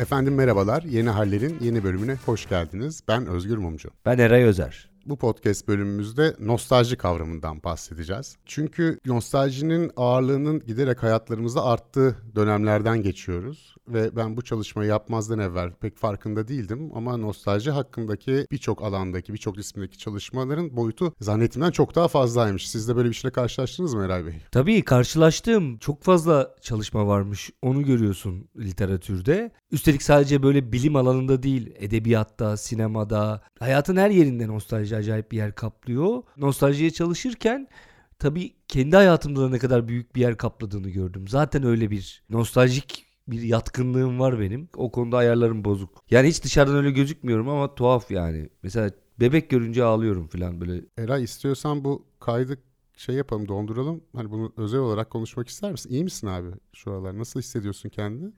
Efendim merhabalar, Yeni Haller'in yeni bölümüne hoş geldiniz. Ben Özgür Mumcu. Ben Eray Özer. Bu podcast bölümümüzde nostalji kavramından bahsedeceğiz. Çünkü nostaljinin ağırlığının giderek hayatlarımızda arttığı dönemlerden geçiyoruz. Ve ben bu çalışmayı yapmazdan evvel pek farkında değildim. Ama nostalji hakkındaki birçok alandaki, birçok isimdeki çalışmaların boyutu zannettiğimden çok daha fazlaymış. Siz de böyle bir şeyle karşılaştınız mı Eray Bey? Tabii karşılaştığım çok fazla çalışma varmış. Onu görüyorsun literatürde. Üstelik sadece böyle bilim alanında değil, edebiyatta, sinemada, hayatın her yerinde nostalji acayip bir yer kaplıyor. Nostaljiye çalışırken tabii kendi hayatımda da ne kadar büyük bir yer kapladığını gördüm. Zaten öyle bir nostaljik bir yatkınlığım var benim. O konuda ayarlarım bozuk. Yani hiç dışarıdan öyle gözükmüyorum ama tuhaf yani. Mesela bebek görünce ağlıyorum falan böyle. Eray istiyorsan bu kaydı yapalım, donduralım. Hani bunu özel olarak konuşmak ister misin? İyi misin abi şu aralar? Nasıl hissediyorsun kendini?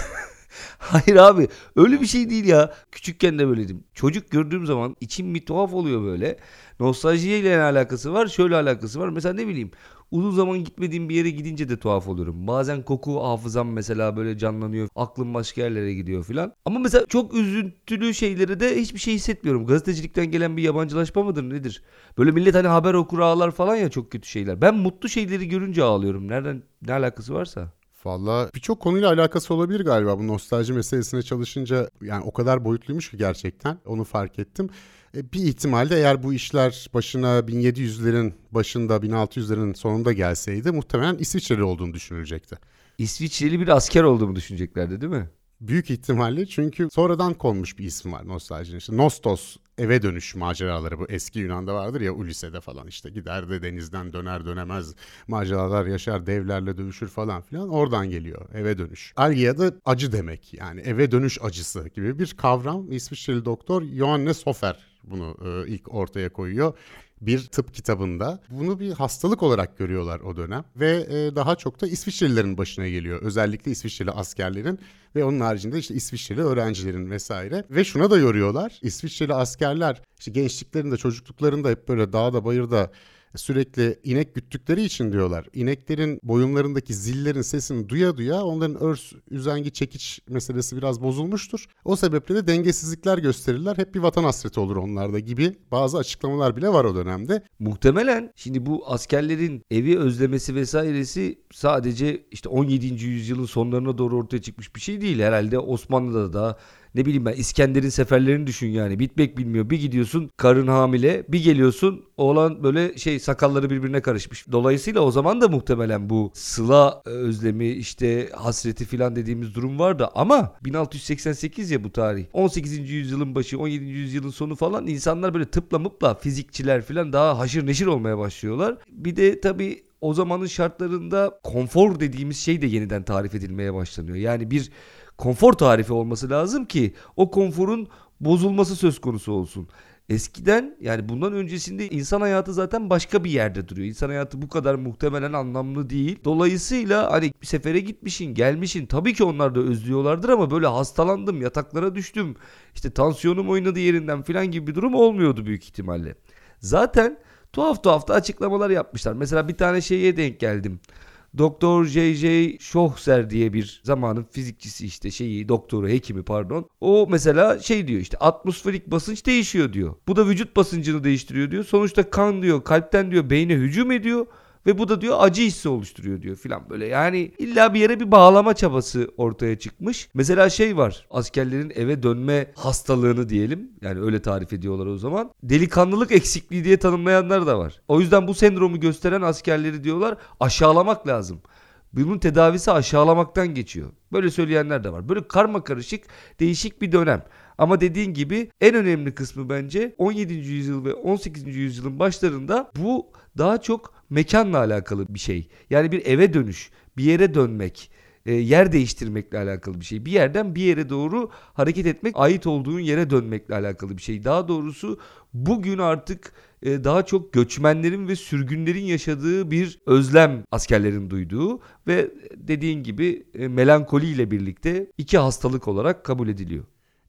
Hayır abi, öyle bir şey değil ya. Küçükken de böyleydim. Çocuk gördüğüm zaman içim bir tuhaf oluyor böyle. Nostaljiyle ne alakası var? Şöyle alakası var. Mesela ne bileyim, uzun zaman gitmediğim bir yere gidince de tuhaf oluyorum. Bazen koku hafızam mesela böyle canlanıyor. Aklım başka yerlere gidiyor filan. Ama mesela çok üzüntülü şeyleri de hiçbir şey hissetmiyorum. Gazetecilikten gelen bir yabancılaşma mıdır nedir? Böyle millet hani haber okur ağlar falan ya, çok kötü şeyler. Ben mutlu şeyleri görünce ağlıyorum. Nereden ne alakası varsa. Valla birçok konuyla alakası olabilir galiba bu nostalji meselesine çalışınca, yani o kadar boyutluymuş ki gerçekten onu fark ettim. Bir ihtimalle eğer bu işler başına 1700'lerin başında 1600'lerin sonunda gelseydi muhtemelen İsviçreli olduğunu düşünülecekti. İsviçreli bir asker olduğumu düşüneceklerdi değil mi? Büyük ihtimalle, çünkü sonradan konmuş bir isim var nostaljinin. İşte Nostos, eve dönüş maceraları, bu eski Yunan'da vardır ya, Ulise'de falan işte gider de denizden döner dönemez maceralar yaşar, devlerle dövüşür falan filan, oradan geliyor eve dönüş. Algia'da acı demek, yani eve dönüş acısı gibi bir kavram. İsviçreli doktor Johannes Hofer bunu ilk ortaya koyuyor bir tıp kitabında. Bunu bir hastalık olarak görüyorlar o dönem ve daha çok da İsviçrelilerin başına geliyor. Özellikle İsviçreli askerlerin ve onun haricinde işte İsviçreli öğrencilerin vesaire. Ve şuna da yoruyorlar. İsviçreli askerler işte gençliklerinde, çocukluklarında hep böyle dağda bayırda sürekli inek güttükleri için diyorlar. İneklerin boyunlarındaki zillerin sesini duya duya onların örs, üzengi, çekiç meselesi biraz bozulmuştur. O sebeple de dengesizlikler gösterirler. Hep bir vatan hasreti olur onlarda gibi bazı açıklamalar bile var o dönemde. Muhtemelen şimdi bu askerlerin evi özlemesi vesairesi sadece işte 17. yüzyılın sonlarına doğru ortaya çıkmış bir şey değil. Herhalde Osmanlı'da da, ne bileyim ben, İskender'in seferlerini düşün yani. Bitmek bilmiyor. Bir gidiyorsun karın hamile, bir geliyorsun oğlan böyle sakalları birbirine karışmış. Dolayısıyla o zaman da muhtemelen bu sıla özlemi, işte hasreti filan dediğimiz durum vardı. Ama 1688 ya bu tarih. 18. yüzyılın başı, 17. yüzyılın sonu falan, insanlar böyle tıpla mıpla, fizikçiler filan daha haşır neşir olmaya başlıyorlar. Bir de tabii o zamanın şartlarında konfor dediğimiz şey de yeniden tarif edilmeye başlanıyor. Yani bir konfor tarifi olması lazım ki o konforun bozulması söz konusu olsun. Eskiden, yani bundan öncesinde insan hayatı zaten başka bir yerde duruyor. İnsan hayatı bu kadar muhtemelen anlamlı değil. Dolayısıyla hani bir sefere gitmişsin, gelmişsin. Tabii ki onlar da özlüyorlardır ama böyle hastalandım, yataklara düştüm, İşte tansiyonum oynadı yerinden falan gibi bir durum olmuyordu büyük ihtimalle. Zaten tuhaf tuhaf da açıklamalar yapmışlar. Mesela bir tane şeye denk geldim. Doktor J.J. Schocher diye bir zamanın fizikçisi, işte doktoru, hekimi pardon. O mesela diyor, işte atmosferik basınç değişiyor diyor. Bu da vücut basıncını değiştiriyor diyor. Sonuçta kan diyor kalpten diyor beyne hücum ediyor. Ve bu da diyor acı hissi oluşturuyor diyor filan böyle. Yani illa bir yere bir bağlama çabası ortaya çıkmış. Mesela var, askerlerin eve dönme hastalığını diyelim. Yani öyle tarif ediyorlar o zaman. Delikanlılık eksikliği diye tanımlayanlar da var. O yüzden bu sendromu gösteren askerleri diyorlar aşağılamak lazım. Bunun tedavisi aşağılamaktan geçiyor. Böyle söyleyenler de var. Böyle karma karışık, değişik bir dönem. Ama dediğin gibi en önemli kısmı bence 17. yüzyıl ve 18. yüzyılın başlarında bu daha çok mekanla alakalı bir şey. Yani bir eve dönüş, bir yere dönmek, yer değiştirmekle alakalı bir şey. Bir yerden bir yere doğru hareket etmek, ait olduğun yere dönmekle alakalı bir şey. Daha doğrusu bugün artık daha çok göçmenlerin ve sürgünlerin yaşadığı bir özlem askerlerin duyduğu ve dediğin gibi melankoliyle birlikte iki hastalık olarak kabul ediliyor.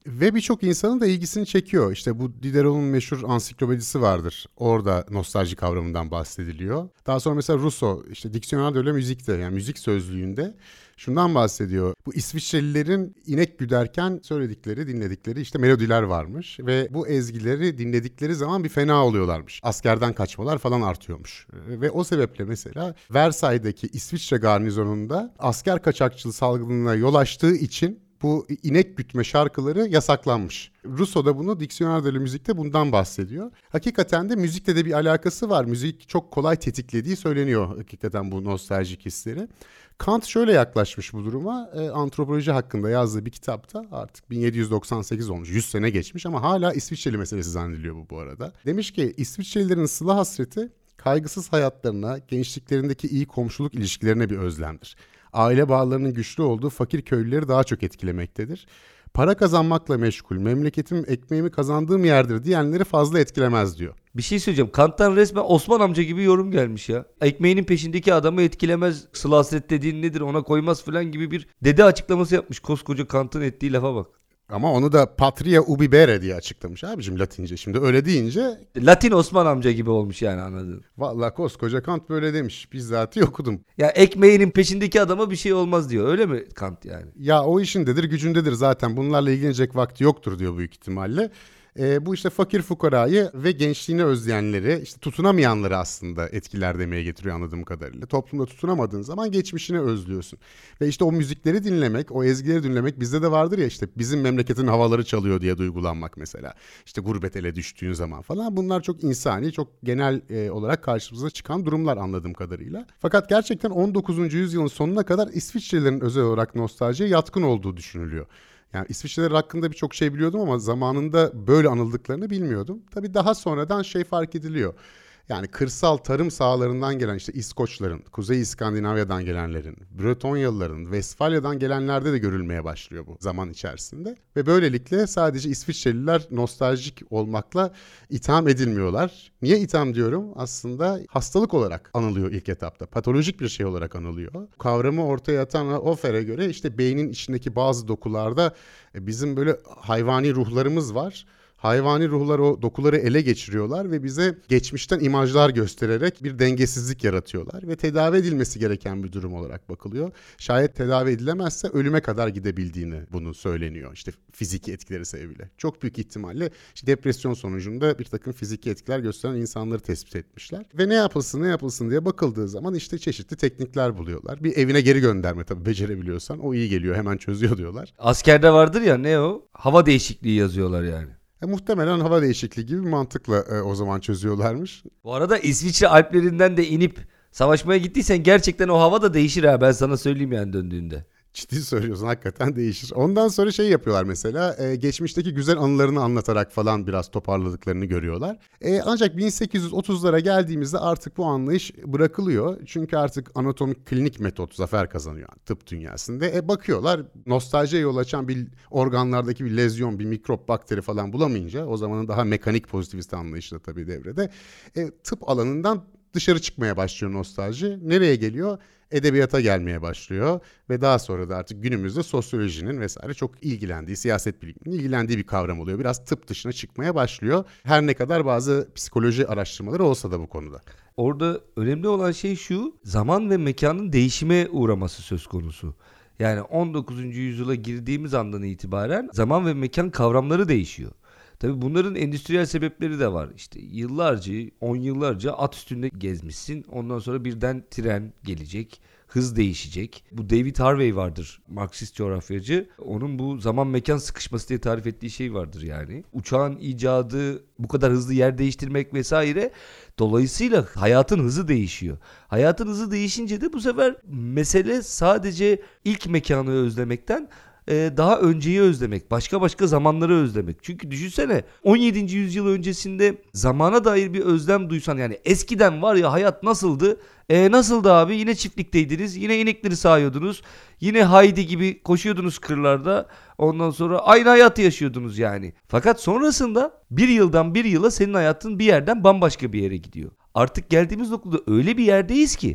Ve birçok insanın da ilgisini çekiyor. İşte bu Diderot'un meşhur ansiklopedisi vardır. Orada nostalji kavramından bahsediliyor. Daha sonra mesela Rousseau işte Dictionnaire de la Musique'de, yani müzik sözlüğünde şundan bahsediyor. Bu İsviçrelilerin inek güderken söyledikleri, dinledikleri işte melodiler varmış. Ve bu ezgileri dinledikleri zaman bir fena oluyorlarmış. Askerden kaçmalar falan artıyormuş. Ve o sebeple mesela Versailles'deki İsviçre garnizonunda asker kaçakçılığı salgınına yol açtığı için bu inek gütme şarkıları yasaklanmış. Rousseau da bunu Dictionnaire de la Musique'de bundan bahsediyor. Hakikaten de müzikle de bir alakası var. Müzik çok kolay tetiklediği söyleniyor hakikaten bu nostaljik hisleri. Kant şöyle yaklaşmış bu duruma. Antropoloji hakkında yazdığı bir kitapta, artık 1798 olmuş, 100 sene geçmiş ama hala İsviçreli meselesi zannediliyor bu arada. Demiş ki İsviçrelilerin sıla hasreti kaygısız hayatlarına, gençliklerindeki iyi komşuluk ilişkilerine bir özlemdir. Aile bağlarının güçlü olduğu fakir köylüleri daha çok etkilemektedir. Para kazanmakla meşgul, memleketim ekmeğimi kazandığım yerdir diyenleri fazla etkilemez diyor. Bir şey söyleyeceğim. Kant'tan resmen Osman amca gibi yorum gelmiş ya. Ekmeğinin peşindeki adamı etkilemez. Sıla hasret dediğin nedir, ona koymaz falan gibi bir dede açıklaması yapmış. Koskoca Kant'ın ettiği lafa bak. Ama onu da patria ubi bere diye açıklamış abicim Latince. Şimdi öyle deyince... Latin Osman amca gibi olmuş yani, anladın. Vallahi koskoca Kant böyle demiş. Bizzat okudum. Ya ekmeğinin peşindeki adama bir şey olmaz diyor. Öyle mi Kant yani? Ya o işindedir, gücündedir zaten. Bunlarla ilgilenecek vakti yoktur diyor büyük ihtimalle. Bu işte fakir fukarayı ve gençliğini özleyenleri, işte tutunamayanları aslında etkiler demeye getiriyor anladığım kadarıyla. Toplumda tutunamadığın zaman geçmişini özlüyorsun. Ve işte o müzikleri dinlemek, o ezgileri dinlemek bizde de vardır ya, işte bizim memleketin havaları çalıyor diye duygulanmak mesela. İşte gurbet ele düştüğün zaman falan, bunlar çok insani, çok genel olarak karşımıza çıkan durumlar anladığım kadarıyla. Fakat gerçekten 19. yüzyılın sonuna kadar İsviçrelilerin özel olarak nostaljiye yatkın olduğu düşünülüyor. Yani İsviçreler hakkında birçok şey biliyordum ama zamanında böyle anıldıklarını bilmiyordum. Tabii daha sonradan şey fark ediliyor. Yani kırsal tarım sahalarından gelen işte İskoçların, Kuzey İskandinavya'dan gelenlerin, Bretonyalıların, Westfalya'dan gelenlerde de görülmeye başlıyor bu zaman içerisinde. Ve böylelikle sadece İsviçreliler nostaljik olmakla itham edilmiyorlar. Niye itham diyorum? Aslında hastalık olarak anılıyor ilk etapta. Patolojik bir şey olarak anılıyor. Kavramı ortaya atan Hofer'e göre işte beynin içindeki bazı dokularda bizim böyle hayvani ruhlarımız var. Hayvani ruhlar o dokuları ele geçiriyorlar ve bize geçmişten imajlar göstererek bir dengesizlik yaratıyorlar ve tedavi edilmesi gereken bir durum olarak bakılıyor. Şayet tedavi edilemezse ölüme kadar gidebildiğini bunu söyleniyor işte fiziki etkileri sebebiyle. Çok büyük ihtimalle işte depresyon sonucunda bir takım fiziki etkiler gösteren insanları tespit etmişler. Ve ne yapılsın diye bakıldığı zaman işte çeşitli teknikler buluyorlar. Bir evine geri gönderme tabii becerebiliyorsan o iyi geliyor, hemen çözüyor diyorlar. Askerde vardır ya, ne o? Hava değişikliği yazıyorlar yani. Muhtemelen hava değişikliği gibi bir mantıkla o zaman çözüyorlarmış. Bu arada İsviçre Alplerinden de inip savaşmaya gittiysen gerçekten o hava da değişir ha, ben sana söyleyeyim yani döndüğünde. Ciddi söylüyorsun, hakikaten değişir. Ondan sonra şey yapıyorlar mesela geçmişteki güzel anılarını anlatarak falan biraz toparladıklarını görüyorlar. Ancak 1830'lara geldiğimizde artık bu anlayış bırakılıyor. Çünkü artık anatomik klinik metot zafer kazanıyor tıp dünyasında. Bakıyorlar nostaljiye yol açan bir organlardaki bir lezyon, bir mikrop, bakteri falan bulamayınca, o zamanın daha mekanik pozitivist anlayışı da tabii devrede. Tıp alanından dışarı çıkmaya başlıyor nostalji. Nereye geliyor? Edebiyata gelmeye başlıyor ve daha sonra da artık günümüzde sosyolojinin vesaire çok ilgilendiği, siyaset biliminin ilgilendiği bir kavram oluyor. Biraz tıp dışına çıkmaya başlıyor. Her ne kadar bazı psikoloji araştırmaları olsa da bu konuda. Orada önemli olan şey şu: zaman ve mekanın değişime uğraması söz konusu. Yani 19. yüzyıla girdiğimiz andan itibaren zaman ve mekan kavramları değişiyor. Tabii bunların endüstriyel sebepleri de var. İşte yıllarca, 10 yıllarca at üstünde gezmişsin. Ondan sonra birden tren gelecek. Hız değişecek. Bu David Harvey vardır, Marksist coğrafyacı. Onun bu zaman mekan sıkışması diye tarif ettiği şey vardır yani. Uçağın icadı, bu kadar hızlı yer değiştirmek vesaire. Dolayısıyla hayatın hızı değişiyor. Hayatın hızı değişince de bu sefer mesele sadece ilk mekanı özlemekten daha önceyi özlemek, başka zamanları özlemek. Çünkü düşünsene 17. yüzyıl öncesinde zamana dair bir özlem duysan, yani eskiden var ya hayat nasıldı? Nasıldı abi? Yine çiftlikteydiniz, yine inekleri sağıyordunuz, yine Haydi gibi koşuyordunuz kırlarda, ondan sonra aynı hayatı yaşıyordunuz yani. Fakat sonrasında bir yıldan bir yıla senin hayatın bir yerden bambaşka bir yere gidiyor. Artık geldiğimiz noktada öyle bir yerdeyiz ki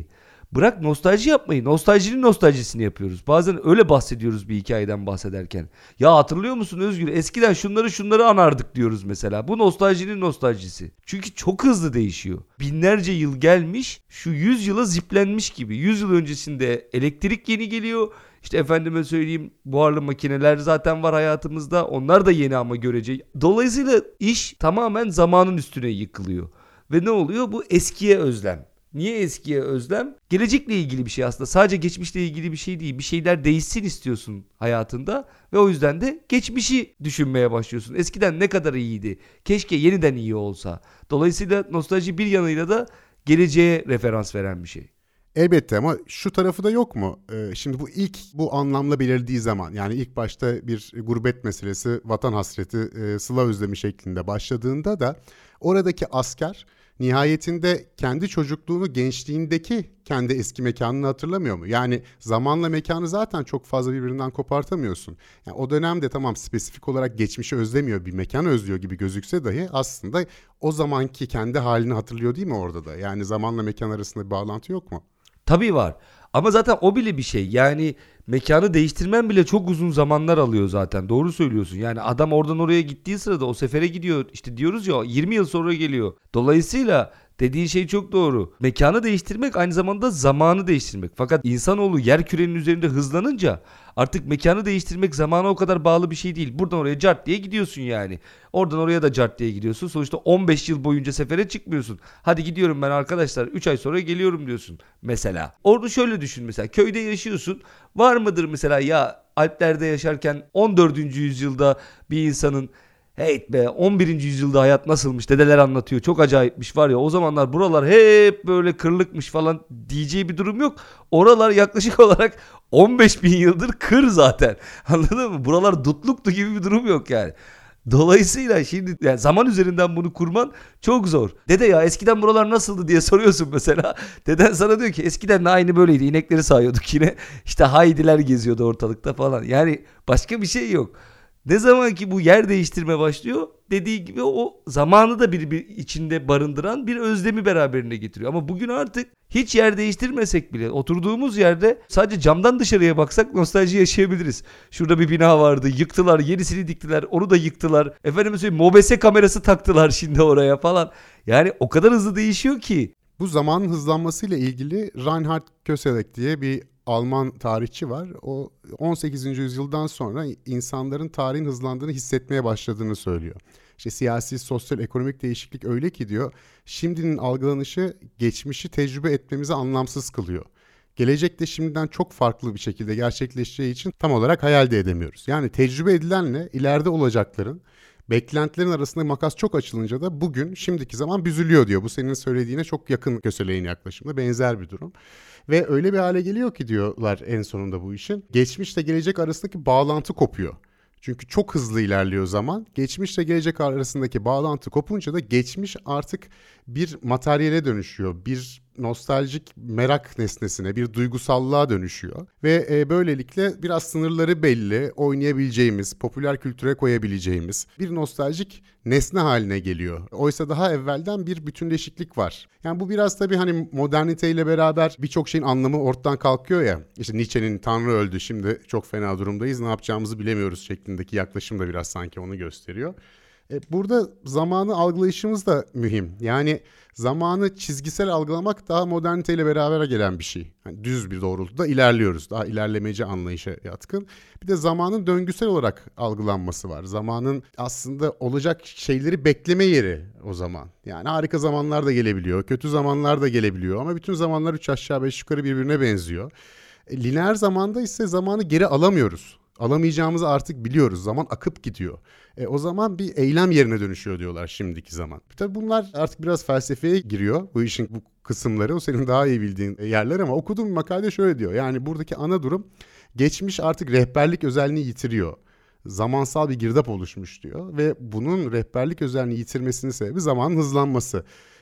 Bırak nostalji yapmayı. Nostaljinin nostaljisini yapıyoruz. Bazen öyle bahsediyoruz bir hikayeden bahsederken. Ya hatırlıyor musun Özgür? Eskiden şunları anardık diyoruz mesela. Bu nostaljinin nostaljisi. Çünkü çok hızlı değişiyor. Binlerce yıl gelmiş, şu 100 yıla ziplenmiş gibi. 100 yıl öncesinde elektrik yeni geliyor. İşte efendime söyleyeyim, buharlı makineler zaten var hayatımızda. Onlar da yeni ama görece. Dolayısıyla iş tamamen zamanın üstüne yıkılıyor. Ve ne oluyor? Bu eskiye özlem. Niye eskiye özlem? Gelecekle ilgili bir şey aslında. Sadece geçmişle ilgili bir şey değil. Bir şeyler değişsin istiyorsun hayatında. Ve o yüzden de geçmişi düşünmeye başlıyorsun. Eskiden ne kadar iyiydi. Keşke yeniden iyi olsa. Dolayısıyla nostalji bir yanıyla da geleceğe referans veren bir şey. Elbette ama şu tarafı da yok mu? Şimdi bu anlamla belirdiği zaman, yani ilk başta bir gurbet meselesi, vatan hasreti, sıla özlemi şeklinde başladığında da oradaki asker nihayetinde kendi çocukluğunu, gençliğindeki kendi eski mekanını hatırlamıyor mu? Yani zamanla mekanı zaten çok fazla birbirinden kopartamıyorsun. Yani o dönemde tamam spesifik olarak geçmişi özlemiyor, bir mekanı özlüyor gibi gözükse dahi aslında o zamanki kendi halini hatırlıyor değil mi orada da? Yani zamanla mekan arasında bir bağlantı yok mu? Tabii var. Ama zaten o bile bir şey. Yani mekanı değiştirmen bile çok uzun zamanlar alıyor zaten. Doğru söylüyorsun. Yani adam oradan oraya gittiği sırada o sefere gidiyor. İşte diyoruz ya 20 yıl sonra geliyor. Dolayısıyla dediğin şey çok doğru. Mekanı değiştirmek aynı zamanda zamanı değiştirmek. Fakat insanoğlu yer kürenin üzerinde hızlanınca artık mekanı değiştirmek zamana o kadar bağlı bir şey değil. Buradan oraya cart diye gidiyorsun yani. Oradan oraya da cart diye gidiyorsun. Sonuçta 15 yıl boyunca sefere çıkmıyorsun. Hadi gidiyorum ben arkadaşlar 3 ay sonra geliyorum diyorsun mesela. Orada şöyle düşün, mesela köyde yaşıyorsun. Var mıdır mesela ya Alplerde yaşarken 14. yüzyılda bir insanın hey be 11. yüzyılda hayat nasılmış, dedeler anlatıyor çok acayipmiş var ya, o zamanlar buralar hep böyle kırlıkmış falan diyeceği bir durum yok. Oralar yaklaşık olarak 15 bin yıldır kır zaten, anladın mı? Buralar dutluktu gibi bir durum yok yani. Dolayısıyla şimdi yani zaman üzerinden bunu kurman çok zor. Dede ya eskiden buralar nasıldı diye soruyorsun mesela. Deden sana diyor ki eskiden de aynı böyleydi. İnekleri sağıyorduk yine. İşte haydiler geziyordu ortalıkta falan. Yani başka bir şey yok. Ne zaman ki bu yer değiştirme başlıyor, dediği gibi o zamanı da bir içinde barındıran bir özlemi beraberinde getiriyor. Ama bugün artık hiç yer değiştirmesek bile oturduğumuz yerde sadece camdan dışarıya baksak nostalji yaşayabiliriz. Şurada bir bina vardı, yıktılar, yenisini diktiler, onu da yıktılar. Efendime söyleyeyim mobese kamerası taktılar şimdi oraya falan. Yani o kadar hızlı değişiyor ki. Bu zamanın hızlanmasıyla ilgili Reinhard Köselek diye bir Alman tarihçi var. O 18. yüzyıldan sonra insanların tarihin hızlandığını hissetmeye başladığını söylüyor. İşte siyasi, sosyal, ekonomik değişiklik öyle ki diyor, şimdinin algılanışı geçmişi tecrübe etmemizi anlamsız kılıyor. Gelecek de şimdiden çok farklı bir şekilde gerçekleşeceği için tam olarak hayal de edemiyoruz. Yani tecrübe edilenle ileride olacakların, beklentilerin arasında makas çok açılınca da bugün şimdiki zaman büzülüyor diyor. Bu senin söylediğine çok yakın Köselek'in yaklaşımda, benzer bir durum. Ve öyle bir hale geliyor ki diyorlar en sonunda bu işin, geçmişle gelecek arasındaki bağlantı kopuyor. Çünkü çok hızlı ilerliyor zaman. Geçmişle gelecek arasındaki bağlantı kopunca da geçmiş artık bir materyale dönüşüyor. Bir nostaljik merak nesnesine, bir duygusallığa dönüşüyor. Ve böylelikle biraz sınırları belli, oynayabileceğimiz, popüler kültüre koyabileceğimiz bir nostaljik nesne haline geliyor. Oysa daha evvelden bir bütünleşiklik var. Yani bu biraz tabii hani moderniteyle beraber birçok şeyin anlamı ortadan kalkıyor ya. İşte Nietzsche'nin Tanrı öldü, şimdi çok fena durumdayız, ne yapacağımızı bilemiyoruz şeklindeki yaklaşım da biraz sanki onu gösteriyor. Burada zamanı algılayışımız da mühim. Yani zamanı çizgisel algılamak daha moderniteyle beraber gelen bir şey. Yani düz bir doğrultuda ilerliyoruz. Daha ilerlemeci anlayışa yatkın. Bir de zamanın döngüsel olarak algılanması var. Zamanın aslında olacak şeyleri bekleme yeri o zaman. Yani harika zamanlar da gelebiliyor, kötü zamanlar da gelebiliyor ama bütün zamanlar 3 aşağı 5 yukarı birbirine benziyor. Lineer zamanda ise zamanı geri alamıyoruz. Alamayacağımızı artık biliyoruz. Zaman akıp gidiyor. O zaman bir eylem yerine dönüşüyor diyorlar şimdiki zaman. Tabii bunlar artık biraz felsefeye giriyor. Bu işin bu kısımları, o senin daha iyi bildiğin yerler, ama okuduğum bir makalede şöyle diyor. Yani buradaki ana durum, geçmiş artık rehberlik özelliğini yitiriyor. Zamansal bir girdap oluşmuş diyor ve bunun rehberlik özelliğini yitirmesinin sebebi zamanın hızlanması.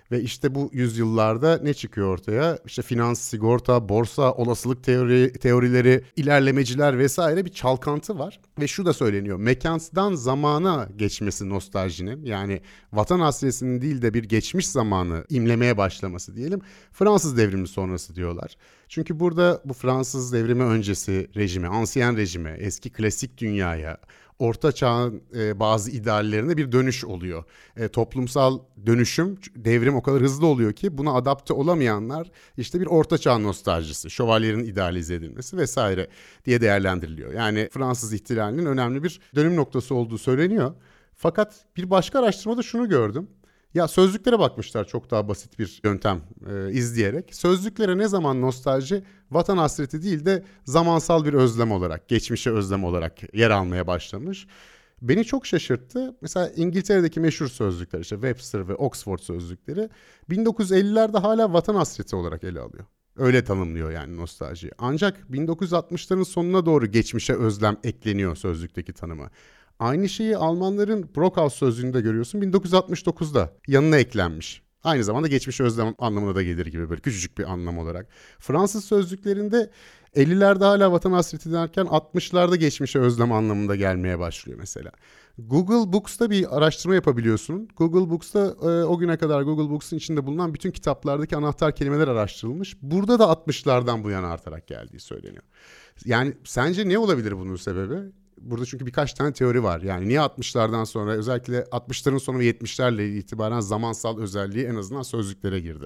Ve işte bu yüzyıllarda ne çıkıyor ortaya? İşte finans, sigorta, borsa, olasılık teorileri, ilerlemeciler vesaire bir çalkantı var. Ve şu da söyleniyor. Mekandan zamana geçmesi nostaljinin, yani vatan hasretinin değil de bir geçmiş zamanı imlemeye başlaması diyelim. Fransız devrimi sonrası diyorlar. Çünkü burada bu Fransız devrimi öncesi rejime, ansiyen rejime, eski klasik dünyaya, Orta Çağ'ın bazı ideallerine bir dönüş oluyor. Toplumsal dönüşüm, devrim o kadar hızlı oluyor ki buna adapte olamayanlar işte bir Orta Çağ nostaljisi, şövalyerin idealize edilmesi vesaire diye değerlendiriliyor. Yani Fransız ihtilalinin önemli bir dönüm noktası olduğu söyleniyor. Fakat bir başka araştırmada şunu gördüm. Ya sözlüklere bakmışlar çok daha basit bir yöntem izleyerek. Sözlüklere ne zaman nostalji vatan hasreti değil de zamansal bir özlem olarak, geçmişe özlem olarak yer almaya başlamış. Beni çok şaşırttı. Mesela İngiltere'deki meşhur sözlükler, işte Webster ve Oxford sözlükleri 1950'lerde hala vatan hasreti olarak ele alıyor. Öyle tanımlıyor yani nostaljiyi. Ancak 1960'ların sonuna doğru geçmişe özlem ekleniyor sözlükteki tanıma. Aynı şeyi Almanların Brockhaus sözlüğünde görüyorsun, 1969'da yanına eklenmiş. Aynı zamanda geçmiş özlem anlamına da gelir gibi, böyle küçücük bir anlam olarak. Fransız sözlüklerinde 50'lerde hala vatan hasreti derken 60'larda geçmişe özlem anlamında gelmeye başlıyor mesela. Google Books'ta bir araştırma yapabiliyorsun. Google Books'ta o güne kadar Google Books'un içinde bulunan bütün kitaplardaki anahtar kelimeler araştırılmış. Burada da 60'lardan bu yana artarak geldiği söyleniyor. Yani sence ne olabilir bunun sebebi? Burada çünkü birkaç tane teori var. Yani niye 60'lardan sonra, özellikle 60'ların sonu ve 70'lerle itibaren zamansal özelliği en azından sözlüklere girdi?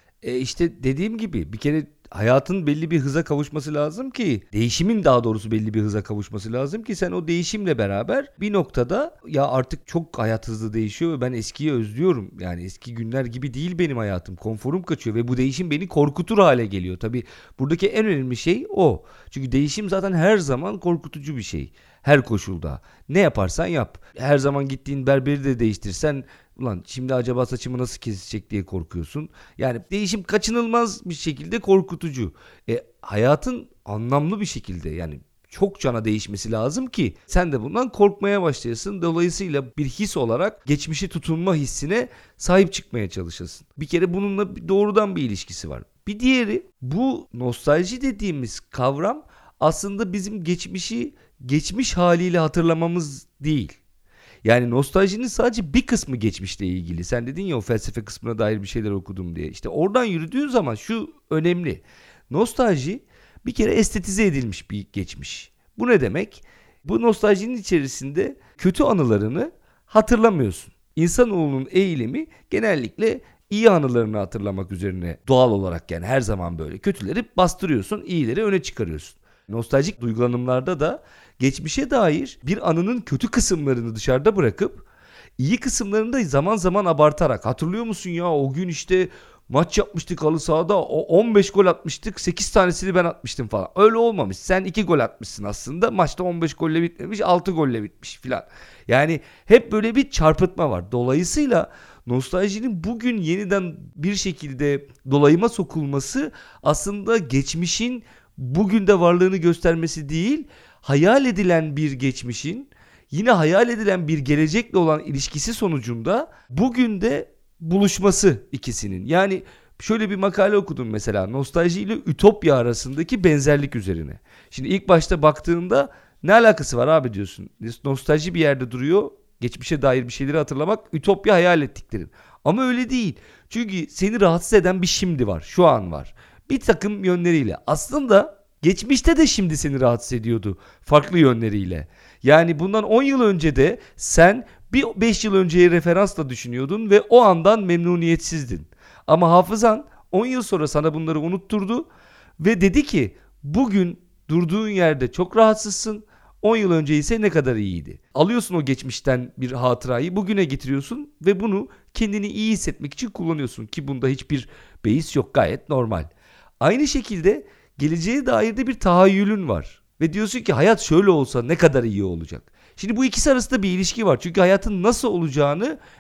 İşte dediğim gibi bir kere hayatın belli bir hıza kavuşması lazım ki, değişimin daha doğrusu belli bir hıza kavuşması lazım ki sen o değişimle beraber bir noktada ya artık çok hayat hızlı değişiyor ve ben eskiyi özlüyorum. Yani eski günler gibi değil benim hayatım. Konforum kaçıyor ve bu değişim beni korkutur hale geliyor. Tabii buradaki en önemli şey o. Çünkü değişim zaten her zaman korkutucu bir şey. Her koşulda. Ne yaparsan yap. Her zaman gittiğin berberi de değiştirsen, ulan şimdi acaba saçımı nasıl kesecek diye korkuyorsun. Yani değişim kaçınılmaz bir şekilde korkutucu. Hayatın anlamlı bir şekilde, yani çok cana değişmesi lazım ki sen de bundan korkmaya başlayasın. Dolayısıyla bir his olarak geçmişe tutunma hissine sahip çıkmaya çalışasın. Bir kere bununla doğrudan bir ilişkisi var. Bir diğeri, bu nostalji dediğimiz kavram aslında bizim geçmişi geçmiş haliyle hatırlamamız değil. Yani nostaljinin sadece bir kısmı geçmişle ilgili. Sen dedin ya o felsefe kısmına dair bir şeyler okudum diye. İşte oradan yürüdüğün zaman şu önemli. Nostalji bir kere estetize edilmiş bir geçmiş. Bu ne demek? Bu nostaljinin içerisinde kötü anılarını hatırlamıyorsun. İnsanoğlunun eğilimi genellikle iyi anılarını hatırlamak üzerine doğal olarak, yani her zaman böyle. Kötüleri bastırıyorsun, iyileri öne çıkarıyorsun. Nostaljik duygulanımlarda da geçmişe dair bir anının kötü kısımlarını dışarıda bırakıp iyi kısımlarını da zaman zaman abartarak, hatırlıyor musun ya o gün işte maç yapmıştık halı sahada, o 15 gol atmıştık, 8 tanesini ben atmıştım falan. Öyle olmamış. Sen 2 gol atmışsın aslında. Maçta 15 golle bitmemiş, 6 golle bitmiş filan. Yani hep böyle bir çarpıtma var. Dolayısıyla nostaljinin bugün yeniden bir şekilde dolayıma sokulması aslında geçmişin bugün de varlığını göstermesi değil, hayal edilen bir geçmişin yine hayal edilen bir gelecekle olan ilişkisi sonucunda bugün de buluşması ikisinin. Yani şöyle bir makale okudum mesela, nostalji ile ütopya arasındaki benzerlik üzerine. Şimdi ilk başta baktığında ne alakası var abi diyorsun. Nostalji bir yerde duruyor, geçmişe dair bir şeyleri hatırlamak, ütopya hayal ettiklerin. Ama öyle değil. Çünkü seni rahatsız eden bir şimdi var, şu an var. Bir takım yönleriyle. Aslında geçmişte de şimdi seni rahatsız ediyordu farklı yönleriyle. Yani bundan 10 yıl önce de sen bir 5 yıl önceye referansla düşünüyordun ve o andan memnuniyetsizdin. Ama hafızan 10 yıl sonra sana bunları unutturdu ve dedi ki bugün durduğun yerde çok rahatsızsın. 10 yıl önce ise ne kadar iyiydi. Alıyorsun o geçmişten bir hatırayı bugüne getiriyorsun ve bunu kendini iyi hissetmek için kullanıyorsun ki bunda hiçbir beis yok, gayet normal. Aynı şekilde geleceğe dair de bir tahayyülün var. Ve diyorsun ki hayat şöyle olsa ne kadar iyi olacak. Şimdi bu ikisi arasında bir ilişki var. Çünkü hayatın nasıl olacağını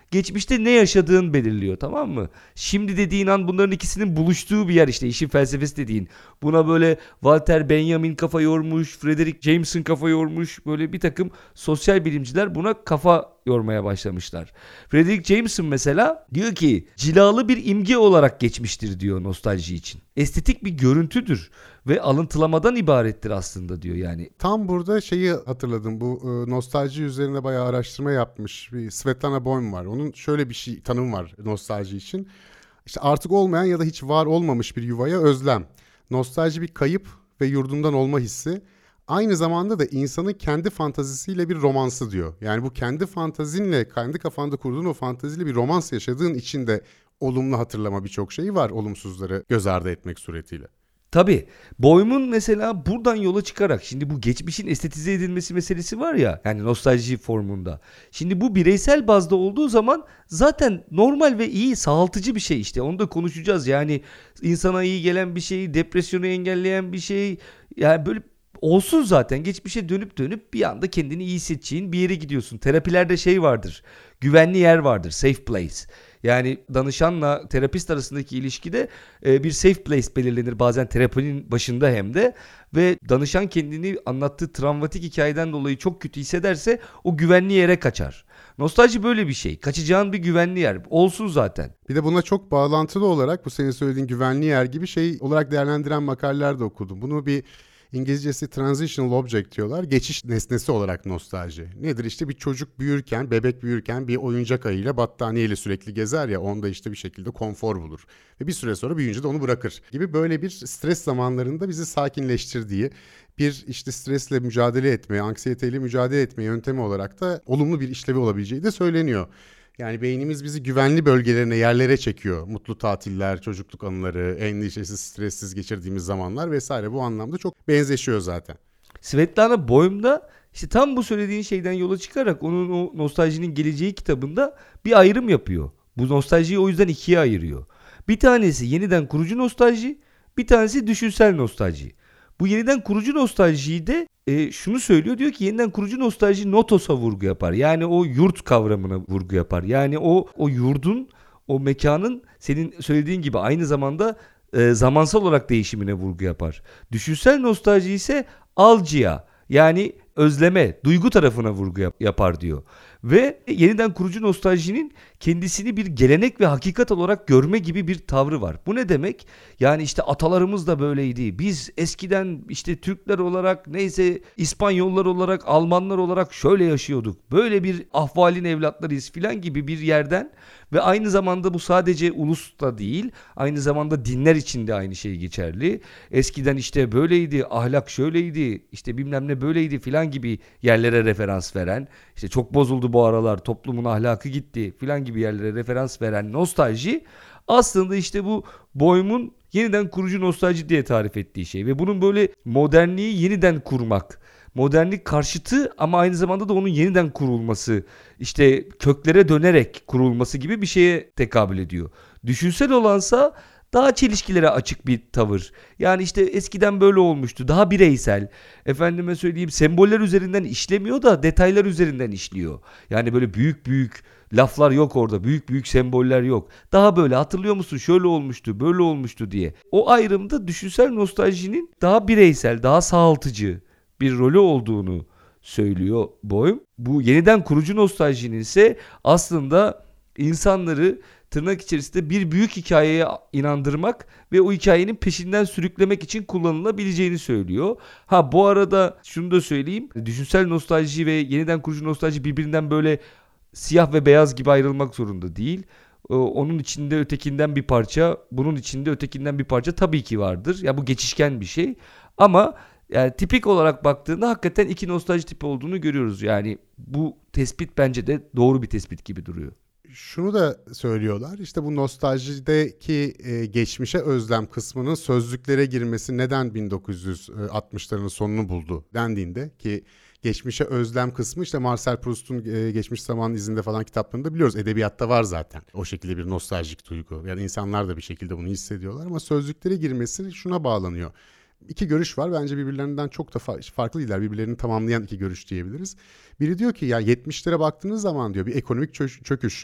geçmişte ne yaşadığın belirliyor, tamam mı? Şimdi dediğin an bunların ikisinin buluştuğu bir yer, işte işin felsefesi dediğin. Buna böyle Walter Benjamin kafa yormuş, Frederick Jameson kafa yormuş, böyle bir takım sosyal bilimciler buna kafa yormaya başlamışlar. Frederick Jameson mesela diyor ki cilalı bir imge olarak geçmiştir diyor nostalji için. Estetik bir görüntüdür ve alıntılamadan ibarettir aslında diyor yani. Tam burada şeyi hatırladım. Bu nostalji üzerine bayağı araştırma yapmış bir Svetlana Boym var. Onun şöyle bir tanım var nostalji için. İşte artık olmayan ya da hiç var olmamış bir yuvaya özlem. Nostalji bir kayıp ve yurdundan olma hissi. Aynı zamanda da insanın kendi fantazisiyle bir romansı diyor. Yani bu kendi fantazinle, kendi kafanda kurduğun o fantaziyle bir romans yaşadığın için de olumlu hatırlama birçok şeyi var, olumsuzları göz ardı etmek suretiyle. Tabii Boym'un mesela buradan yola çıkarak, şimdi bu geçmişin estetize edilmesi meselesi var ya, yani nostalji formunda. Şimdi bu bireysel bazda olduğu zaman zaten normal ve iyi, sağaltıcı bir şey, işte onu da konuşacağız. Yani insana iyi gelen bir şey, depresyonu engelleyen bir şey, yani böyle olsun zaten. Geçmişe dönüp bir anda kendini iyi hissedeceğin bir yere gidiyorsun. Terapilerde şey vardır, güvenli yer vardır, safe place. Yani danışanla terapist arasındaki ilişkide bir safe place belirlenir bazen terapinin başında hem de. Ve danışan kendini anlattığı travmatik hikayeden dolayı çok kötü hissederse o güvenli yere kaçar. Nostalji böyle bir şey. Kaçacağın bir güvenli yer. Olsun zaten. Bir de buna çok bağlantılı olarak bu senin söylediğin güvenli yer gibi şey olarak değerlendiren makaleler de okudum. Bunu bir İngilizcesi transitional object diyorlar. Geçiş nesnesi olarak nostalji. Nedir? İşte bir çocuk büyürken, bebek büyürken bir oyuncak ayıyla, battaniyeyle sürekli gezer ya, onda işte bir şekilde konfor bulur. Ve bir süre sonra büyüyünce de onu bırakır gibi, böyle bir stres zamanlarında bizi sakinleştirdiği, bir işte stresle mücadele etmeye, anksiyeteyle mücadele etme yöntemi olarak da olumlu bir işlevi olabileceği de söyleniyor. Yani beynimiz bizi güvenli bölgelerine, yerlere çekiyor. Mutlu tatiller, çocukluk anıları, endişesiz, stressiz geçirdiğimiz zamanlar vesaire, bu anlamda çok benzeşiyor zaten. Svetlana Boym da işte tam bu söylediğin şeyden yola çıkarak onun o nostaljinin geleceği kitabında bir ayrım yapıyor. Bu nostaljiyi o yüzden ikiye ayırıyor. Bir tanesi yeniden kurucu nostalji, bir tanesi düşünsel nostalji. Bu yeniden kurucu nostaljiyi de şunu söylüyor, diyor ki yeniden kurucu nostalji notos'a vurgu yapar. Yani o yurt kavramına vurgu yapar. Yani o yurdun, o mekanın senin söylediğin gibi aynı zamanda zamansal olarak değişimine vurgu yapar. Düşünsel nostalji ise algıya, yani özleme, duygu tarafına vurgu yapar diyor. Ve yeniden kurucu nostaljinin kendisini bir gelenek ve hakikat olarak görme gibi bir tavrı var. Bu ne demek? Yani işte atalarımız da böyleydi. Biz eskiden işte Türkler olarak, neyse İspanyollar olarak, Almanlar olarak şöyle yaşıyorduk. Böyle bir ahvalin evlatlarıyız filan gibi bir yerden ve aynı zamanda bu sadece ulus da değil, aynı zamanda dinler için de aynı şey geçerli. Eskiden işte böyleydi, ahlak şöyleydi, işte bilmem ne böyleydi filan gibi yerlere referans veren, işte çok bozuldu bu aralar, toplumun ahlakı gitti filan gibi yerlere referans veren nostalji aslında işte bu Boym'un yeniden kurucu nostalji diye tarif ettiği şey ve bunun böyle modernliği yeniden kurmak, modernlik karşıtı ama aynı zamanda da onun yeniden kurulması, işte köklere dönerek kurulması gibi bir şeye tekabül ediyor. Düşünsel olansa daha çelişkilere açık bir tavır. Yani işte eskiden böyle olmuştu. Daha bireysel. Efendime söyleyeyim, semboller üzerinden işlemiyor da detaylar üzerinden işliyor. Yani böyle büyük büyük laflar yok orada. Büyük büyük semboller yok. Daha böyle hatırlıyor musun? Şöyle olmuştu, böyle olmuştu diye. O ayrımda düşünsel nostaljinin daha bireysel, daha sağaltıcı bir rolü olduğunu söylüyor Boym. Bu yeniden kurucu nostaljinin ise aslında insanları tırnak içerisinde bir büyük hikayeye inandırmak ve o hikayenin peşinden sürüklemek için kullanılabileceğini söylüyor. Ha bu arada şunu da söyleyeyim. Düşünsel nostalji ve yeniden kurucu nostalji birbirinden böyle siyah ve beyaz gibi ayrılmak zorunda değil. Onun içinde ötekinden bir parça, bunun içinde ötekinden bir parça tabii ki vardır. Ya bu geçişken bir şey. Ama yani tipik olarak baktığında hakikaten iki nostalji tipi olduğunu görüyoruz. Yani bu tespit bence de doğru bir tespit gibi duruyor. Şunu da söylüyorlar, işte bu nostaljideki geçmişe özlem kısmının sözlüklere girmesi neden 1960'ların sonunu buldu dendiğinde, ki geçmişe özlem kısmı işte Marcel Proust'un Geçmiş Zaman İzinde falan kitaplarında biliyoruz, edebiyatta var zaten o şekilde bir nostaljik duygu. Yani insanlar da bir şekilde bunu hissediyorlar ama sözlüklere girmesi şuna bağlanıyor. İki görüş var. Bence birbirlerinden çok da farklı değiller. Birbirlerini tamamlayan iki görüş diyebiliriz. Biri diyor ki ya 70'lere baktığınız zaman diyor bir ekonomik çöküş.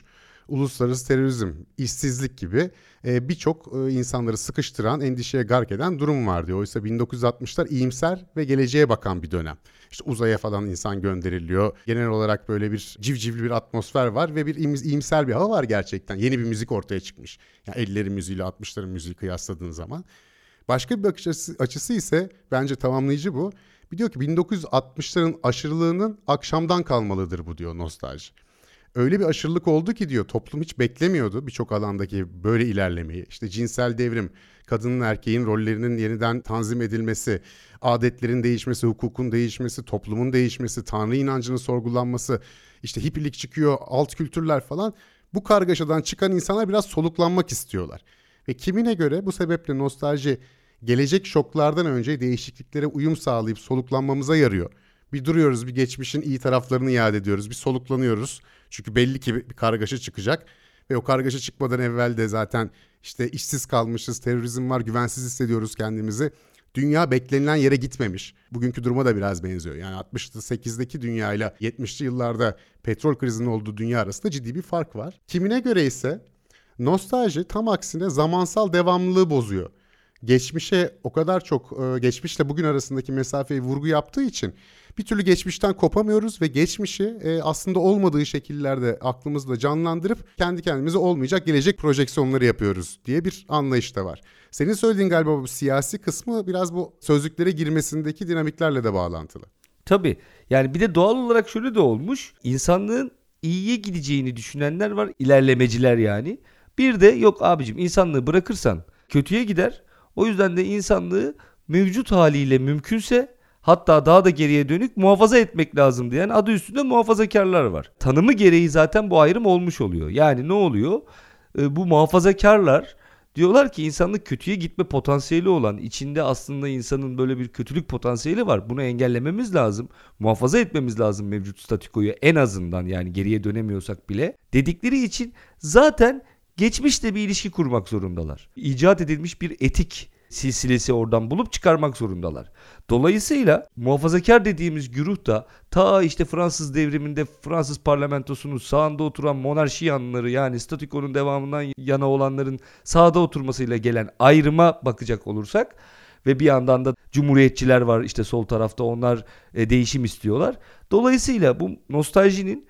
uluslararası terörizm, işsizlik gibi birçok insanları sıkıştıran, endişeye gark eden durum var diyor. Oysa 1960'lar iyimser ve geleceğe bakan bir dönem. İşte uzaya falan insan gönderiliyor. Genel olarak böyle bir civcivli bir atmosfer var ve bir iyimser bir hava var gerçekten. Yeni bir müzik ortaya çıkmış. Yani 50'lerin müziğiyle 60'ların müziği kıyasladığın zaman. Başka bir bakış açısı ise bence tamamlayıcı bu. Bir diyor ki 1960'ların aşırılığının akşamdan kalmalıdır bu diyor nostalji. Öyle bir aşırılık oldu ki diyor toplum hiç beklemiyordu birçok alandaki böyle ilerlemeyi. İşte cinsel devrim, kadının erkeğin rollerinin yeniden tanzim edilmesi, adetlerin değişmesi, hukukun değişmesi, toplumun değişmesi, tanrı inancının sorgulanması, işte hippilik çıkıyor, alt kültürler falan. Bu kargaşadan çıkan insanlar biraz soluklanmak istiyorlar. Ve kimine göre bu sebeple nostalji gelecek şoklardan önce değişikliklere uyum sağlayıp soluklanmamıza yarıyor. Bir duruyoruz, bir geçmişin iyi taraflarını yad ediyoruz, bir soluklanıyoruz. Çünkü belli ki bir kargaşa çıkacak ve o kargaşa çıkmadan evvel de zaten işte işsiz kalmışız, terörizm var, güvensiz hissediyoruz kendimizi. Dünya beklenilen yere gitmemiş. Bugünkü duruma da biraz benziyor. Yani 68'deki dünya ile 70'li yıllarda petrol krizinin olduğu dünya arasında ciddi bir fark var. Kimine göre ise nostalji tam aksine zamansal devamlılığı bozuyor. Geçmişe o kadar çok geçmişle bugün arasındaki mesafeyi vurgu yaptığı için bir türlü geçmişten kopamıyoruz ve geçmişi aslında olmadığı şekillerde aklımızda canlandırıp kendi kendimize olmayacak gelecek projeksiyonları yapıyoruz diye bir anlayış da var. Senin söylediğin galiba bu siyasi kısmı biraz bu sözlüklere girmesindeki dinamiklerle de bağlantılı. Tabii yani bir de doğal olarak şöyle de olmuş. İnsanlığın iyiye gideceğini düşünenler var, ilerlemeciler yani. Bir de yok abicim insanlığı bırakırsan kötüye gider. O yüzden de insanlığı mevcut haliyle mümkünse hatta daha da geriye dönük muhafaza etmek lazım diyen adı üstünde muhafazakarlar var. Tanımı gereği zaten bu ayrım olmuş oluyor. Yani ne oluyor? Bu muhafazakarlar diyorlar ki insanlık kötüye gitme potansiyeli olan, içinde aslında insanın böyle bir kötülük potansiyeli var. Bunu engellememiz lazım. Muhafaza etmemiz lazım mevcut statükoyu en azından, yani geriye dönemiyorsak bile. Dedikleri için zaten geçmişle bir ilişki kurmak zorundalar. İcat edilmiş bir etik silsilesi oradan bulup çıkarmak zorundalar. Dolayısıyla muhafazakar dediğimiz güruh da ta işte Fransız devriminde Fransız parlamentosunun sağında oturan monarşi yanlıları, yani statükonun devamından yana olanların sağda oturmasıyla gelen ayrıma bakacak olursak ve bir yandan da cumhuriyetçiler var işte sol tarafta, onlar değişim istiyorlar. Dolayısıyla bu nostaljinin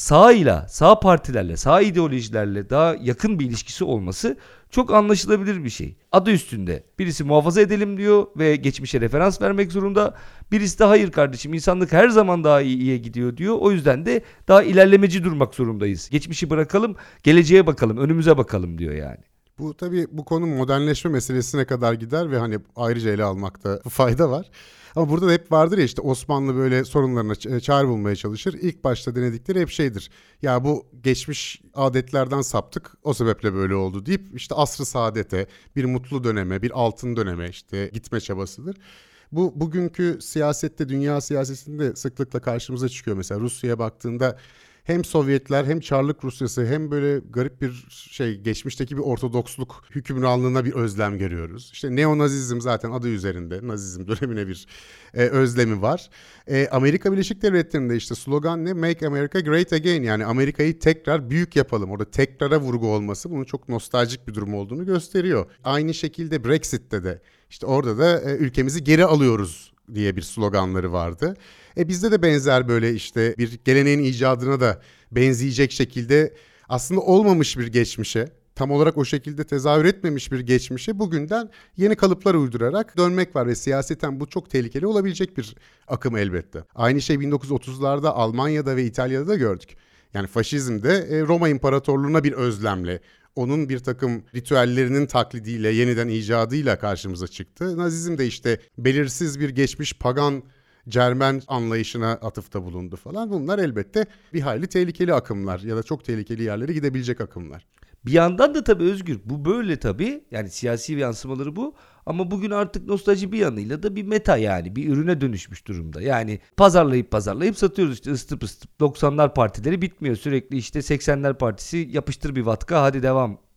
sağ partilerle, sağ ideolojilerle daha yakın bir ilişkisi olması çok anlaşılabilir bir şey. Adı üstünde. Birisi muhafaza edelim diyor ve geçmişe referans vermek zorunda. Birisi de hayır kardeşim, insanlık her zaman daha iyiye gidiyor diyor. O yüzden de daha ilerlemeci durmak zorundayız. Geçmişi bırakalım, geleceğe bakalım, önümüze bakalım diyor yani. Bu tabii bu konu modernleşme meselesine kadar gider ve hani ayrıca ele almakta fayda var. Ama burada da hep vardır ya, işte Osmanlı böyle sorunlarına çare bulmaya çalışır. İlk başta denedikleri hep şeydir. Ya bu geçmiş adetlerden saptık, o sebeple böyle oldu deyip işte asr-ı saadete, bir mutlu döneme, bir altın döneme işte gitme çabasıdır. Bu bugünkü siyasette, dünya siyasetinde sıklıkla karşımıza çıkıyor. Mesela Rusya'ya baktığında hem Sovyetler hem Çarlık Rusyası hem böyle garip bir şey, geçmişteki bir Ortodoksluk hükümranlığına bir özlem görüyoruz. İşte neonazizm zaten adı üzerinde, Nazizm dönemine bir özlemi var. Amerika Birleşik Devletleri'nde işte slogan ne? Make America Great Again, yani Amerika'yı tekrar büyük yapalım. Orada tekrara vurgu olması bunun çok nostaljik bir durum olduğunu gösteriyor. Aynı şekilde Brexit'te de işte orada da ülkemizi geri alıyoruz diye bir sloganları vardı. Bizde de benzer böyle işte bir geleneğin icadına da benzeyecek şekilde aslında olmamış bir geçmişe, tam olarak o şekilde tezahür etmemiş bir geçmişe bugünden yeni kalıplar uydurarak dönmek var ve siyaseten bu çok tehlikeli olabilecek bir akım elbette. Aynı şey 1930'larda Almanya'da ve İtalya'da da gördük. Yani faşizmde Roma İmparatorluğu'na bir özlemle, onun bir takım ritüellerinin taklidiyle, yeniden icadıyla karşımıza çıktı. Nazizm de işte belirsiz bir geçmiş pagan Cermen anlayışına atıfta bulundu falan. Bunlar elbette bir hayli tehlikeli akımlar ya da çok tehlikeli yerlere gidebilecek akımlar. Bir yandan da tabii Özgür, bu böyle tabii, yani siyasi yansımaları bu, ama bugün artık nostalji bir yanıyla da bir meta, yani bir ürüne dönüşmüş durumda. Yani pazarlayıp satıyoruz işte ısıtıp 90'lar partileri bitmiyor, sürekli işte 80'ler partisi yapıştır bir vatka hadi devam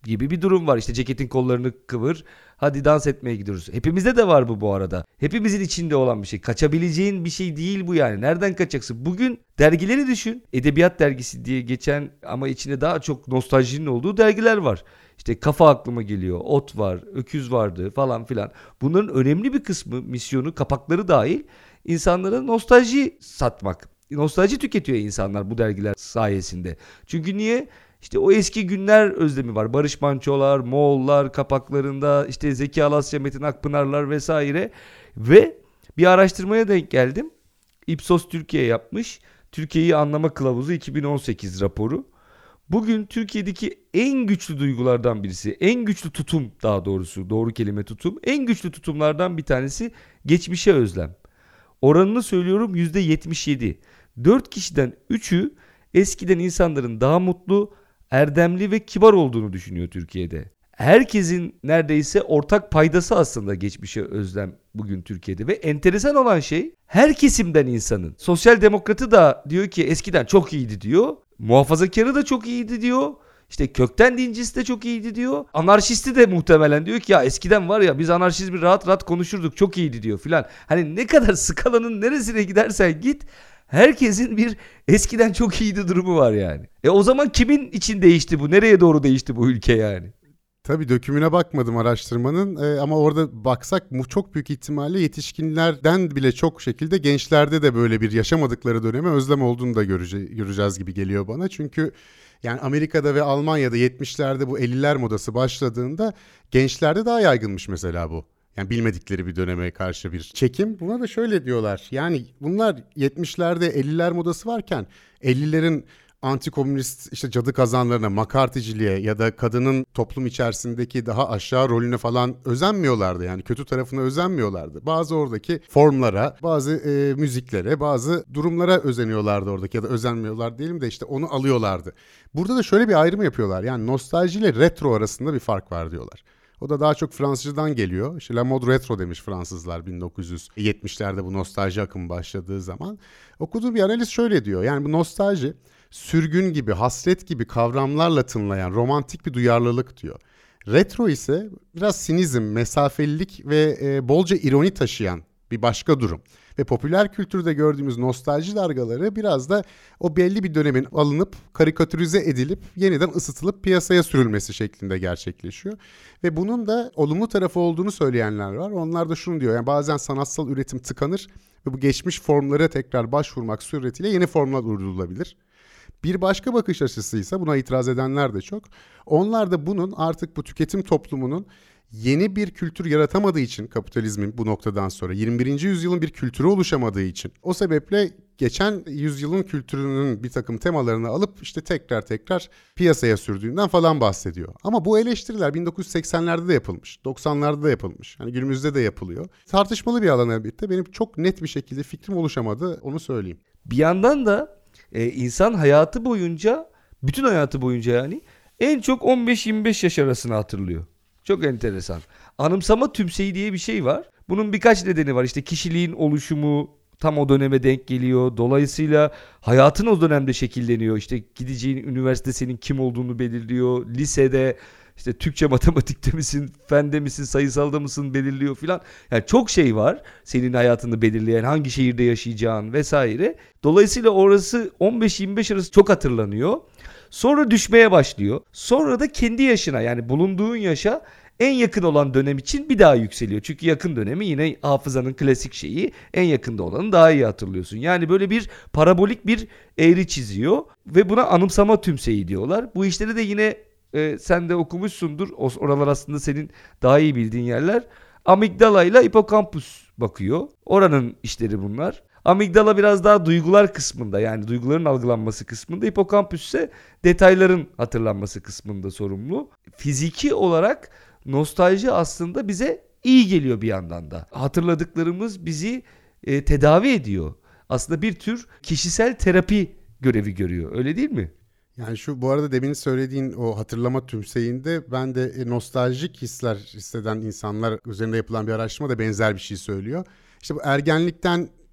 gibi bir durum var. İşte ceketin kollarını kıvır, hadi dans etmeye gidiyoruz. Hepimizde de var bu arada. Hepimizin içinde olan bir şey. Kaçabileceğin bir şey değil bu yani. Nereden kaçacaksın? Bugün dergileri düşün. Edebiyat dergisi diye geçen ama içinde daha çok nostaljinin olduğu dergiler var. İşte Kafa aklıma geliyor. Ot var, Öküz vardı falan filan. Bunların önemli bir kısmı, misyonu, kapakları dahil insanlara nostalji satmak. Nostalji tüketiyor insanlar bu dergiler sayesinde. Çünkü niye? İşte o eski günler özlemi var. Barış Manço'lar, Moğollar kapaklarında, işte Zeki Alasya, Metin Akpınarlar vesaire. Ve bir araştırmaya denk geldim. Ipsos Türkiye yapmış. Türkiye'yi Anlama Kılavuzu 2018 raporu. Bugün Türkiye'deki en güçlü duygulardan birisi, en güçlü tutum, daha doğrusu doğru kelime tutum, en güçlü tutumlardan bir tanesi geçmişe özlem. Oranını söylüyorum %77. 4 kişiden 3'ü eskiden insanların daha mutlu, erdemli ve kibar olduğunu düşünüyor Türkiye'de. Herkesin neredeyse ortak paydası aslında geçmişe özlem bugün Türkiye'de ve enteresan olan şey her kesimden insanın. Sosyal demokratı da diyor ki eskiden çok iyiydi diyor. Muhafazakarı da çok iyiydi diyor. İşte kökten dincisi de çok iyiydi diyor. Anarşisti de muhtemelen diyor ki ya eskiden var ya biz anarşizmi rahat rahat konuşurduk, çok iyiydi diyor filan. Hani ne kadar skalanın neresine gidersen git herkesin bir eskiden çok iyiydi durumu var yani. O zaman kimin için değişti bu? Nereye doğru değişti bu ülke yani? Tabii dökümüne bakmadım araştırmanın ama orada baksak çok büyük ihtimalle yetişkinlerden bile çok şekilde gençlerde de böyle bir yaşamadıkları döneme özlem olduğunu da göreceğiz gibi geliyor bana. Çünkü yani Amerika'da ve Almanya'da 70'lerde bu 50'ler modası başladığında gençlerde daha yaygınmış mesela bu. Yani bilmedikleri bir döneme karşı bir çekim. Buna da şöyle diyorlar. Yani bunlar 70'lerde 50'ler modası varken 50'lerin antikomünist işte cadı kazanlarına, makartıcılığa ya da kadının toplum içerisindeki daha aşağı rolüne falan özenmiyorlardı. Yani kötü tarafına özenmiyorlardı. Bazı oradaki formlara, bazı müziklere, bazı durumlara özeniyorlardı oradaki ya da özenmiyorlar diyelim de işte onu alıyorlardı. Burada da şöyle bir ayrım yapıyorlar. Yani nostalji ile retro arasında bir fark var diyorlar. O da daha çok Fransızcadan geliyor. İşte La Mode Retro demiş Fransızlar 1970'lerde bu nostalji akımı başladığı zaman. Okuduğum bir analiz şöyle diyor. Yani bu nostalji sürgün gibi, hasret gibi kavramlarla tınlayan romantik bir duyarlılık diyor. Retro ise biraz sinizm, mesafelilik ve bolca ironi taşıyan bir başka durum. Ve popüler kültürde gördüğümüz nostalji dalgaları biraz da o belli bir dönemin alınıp karikatürize edilip yeniden ısıtılıp piyasaya sürülmesi şeklinde gerçekleşiyor. Ve bunun da olumlu tarafı olduğunu söyleyenler var. Onlar da şunu diyor, yani bazen sanatsal üretim tıkanır ve bu geçmiş formlara tekrar başvurmak suretiyle yeni formlar uydurulabilir. Bir başka bakış açısıysa buna itiraz edenler de çok. Onlar da bunun artık bu tüketim toplumunun yeni bir kültür yaratamadığı için kapitalizmin bu noktadan sonra 21. yüzyılın bir kültürü oluşamadığı için o sebeple geçen yüzyılın kültürünün bir takım temalarını alıp işte tekrar piyasaya sürdüğünden falan bahsediyor. Ama bu eleştiriler 1980'lerde de yapılmış, 90'larda da yapılmış. Yani günümüzde de yapılıyor. Tartışmalı bir alan elbette. Benim çok net bir şekilde fikrim oluşamadı, onu söyleyeyim. Bir yandan da insan hayatı boyunca, bütün hayatı boyunca yani en çok 15-25 yaş arasını hatırlıyor. Çok enteresan. Anımsama tümseyi diye bir şey var. Bunun birkaç nedeni var. İşte kişiliğin oluşumu tam o döneme denk geliyor. Dolayısıyla hayatın o dönemde şekilleniyor. İşte gideceğin üniversite senin kim olduğunu belirliyor. Lisede işte Türkçe matematikte misin, fende misin, sayısalda mısın belirliyor filan. Yani çok şey var senin hayatını belirleyen, hangi şehirde yaşayacağın vesaire. Dolayısıyla orası 15-25 arası çok hatırlanıyor. Sonra düşmeye başlıyor. Sonra da kendi yaşına, yani bulunduğun yaşa en yakın olan dönem için bir daha yükseliyor. Çünkü yakın dönemi yine hafızanın klasik şeyi, en yakında olanı daha iyi hatırlıyorsun. Yani böyle bir parabolik bir eğri çiziyor ve buna anımsama tümseyi diyorlar. Bu işleri de yine sen de okumuşsundur. Oralar aslında senin daha iyi bildiğin yerler. Amigdala ile hipokampus bakıyor. Oranın işleri bunlar. Amigdala biraz daha duygular kısmında, yani duyguların algılanması kısmında. Hipokampüs ise detayların hatırlanması kısmında sorumlu. Fiziki olarak nostalji aslında bize iyi geliyor bir yandan da. Hatırladıklarımız bizi tedavi ediyor. Aslında bir tür kişisel terapi görevi görüyor. Öyle değil mi? Yani bu arada demin söylediğin o hatırlama tümseyinde ben de nostaljik hisler hisseden insanlar üzerinde yapılan bir araştırma da benzer bir şey söylüyor. İşte bu ergenlikten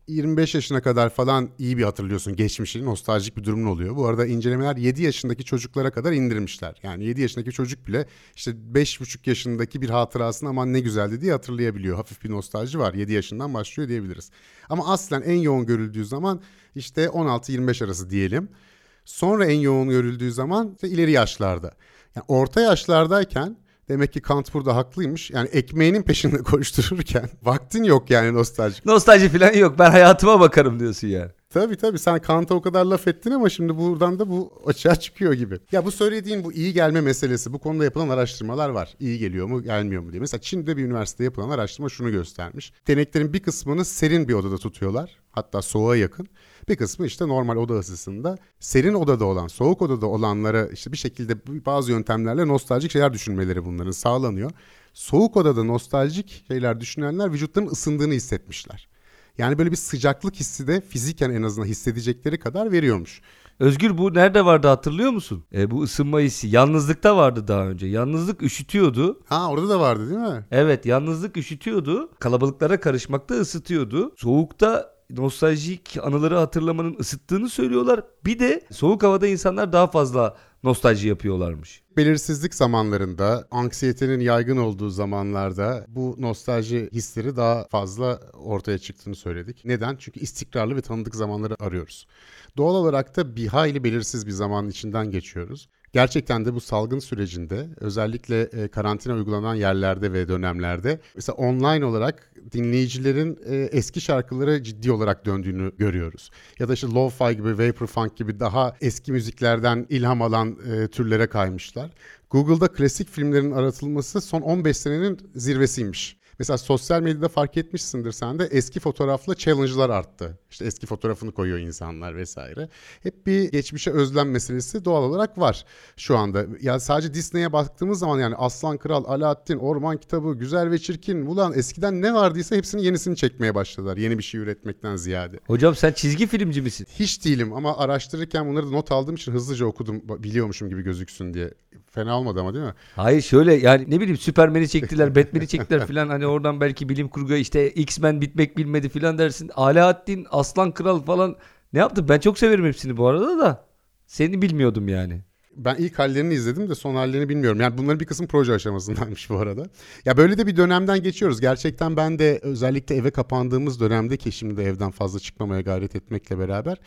25 yaşına kadar falan iyi bir hatırlıyorsun geçmişini, nostaljik bir durumun oluyor. Bu arada incelemeler 7 yaşındaki çocuklara kadar indirmişler. Yani 7 yaşındaki çocuk bile işte 5,5 yaşındaki bir hatırasını aman ne güzeldi diye hatırlayabiliyor. Hafif bir nostalji var, 7 yaşından başlıyor diyebiliriz. Ama aslen en yoğun görüldüğü zaman işte 16-25 arası diyelim. Sonra en yoğun görüldüğü zaman işte ileri yaşlarda. Yani orta yaşlardayken demek ki Kant burada haklıymış. Yani ekmeğinin peşinde koştururken vaktin yok yani nostaljik. Nostalji falan yok. Ben hayatıma bakarım diyorsun yani. Tabii sen Kant'a o kadar laf ettin ama şimdi buradan da bu açığa çıkıyor gibi. Ya bu söylediğin bu iyi gelme meselesi, bu konuda yapılan araştırmalar var. İyi geliyor mu gelmiyor mu diye. Mesela Çin'de bir üniversitede yapılan araştırma şunu göstermiş. Deneklerin bir kısmını serin bir odada tutuyorlar. Hatta soğuğa yakın. Bir kısmı işte normal oda ısısında. Serin odada olan, soğuk odada olanlara işte bir şekilde bazı yöntemlerle nostaljik şeyler düşünmeleri bunların sağlanıyor. Soğuk odada nostaljik şeyler düşünenler vücutlarının ısındığını hissetmişler. Yani böyle bir sıcaklık hissi de fiziken en azından hissedecekleri kadar veriyormuş. Özgür, bu nerede vardı hatırlıyor musun? Bu ısınma hissi yalnızlıkta vardı daha önce. Yalnızlık üşütüyordu. Ha, orada da vardı değil mi? Evet, yalnızlık üşütüyordu. Kalabalıklara karışmakta ısıtıyordu. Soğukta nostaljik anıları hatırlamanın ısıttığını söylüyorlar. Bir de soğuk havada insanlar daha fazla nostalji yapıyorlarmış. Belirsizlik zamanlarında, anksiyetenin yaygın olduğu zamanlarda bu nostalji hisleri daha fazla ortaya çıktığını söyledik. Neden? Çünkü istikrarlı ve tanıdık zamanları arıyoruz. Doğal olarak da bir hayli belirsiz bir zamanın içinden geçiyoruz. Gerçekten de bu salgın sürecinde özellikle karantina uygulanan yerlerde ve dönemlerde mesela online olarak dinleyicilerin eski şarkılara ciddi olarak döndüğünü görüyoruz. Ya da işte lo-fi gibi, vapor funk gibi daha eski müziklerden ilham alan türlere kaymışlar. Google'da klasik filmlerin aratılması son 15 senenin zirvesiymiş. Mesela sosyal medyada fark etmişsindir sen de, eski fotoğrafla challenge'lar arttı. İşte eski fotoğrafını koyuyor insanlar vesaire. Hep bir geçmişe özlem meselesi doğal olarak var şu anda. Ya sadece Disney'e baktığımız zaman yani Aslan Kral, Alaaddin, Orman Kitabı, Güzel ve Çirkin, ulan eskiden ne vardıysa hepsinin yenisini çekmeye başladılar. Yeni bir şey üretmekten ziyade. Hocam sen çizgi filmci misin? Hiç değilim ama araştırırken bunları da not aldığım için hızlıca okudum, biliyormuşum gibi gözüksün diye. Fena olmadı ama değil mi? Hayır, şöyle yani ne bileyim, Superman'i çektiler, Batman'i çektiler filan, hani oradan belki bilim kurguya işte X-Men bitmek bilmedi filan dersin. Alaaddin, Aslan Kral falan ne yaptı? Ben çok severim hepsini bu arada da. Seni bilmiyordum yani. Ben ilk hallerini izledim de son hallerini bilmiyorum. Yani bunların bir kısmı proje aşamasındaymış bu arada. Ya böyle de bir dönemden geçiyoruz. Gerçekten ben de özellikle eve kapandığımız dönemde, ki şimdi de evden fazla çıkmamaya gayret etmekle beraber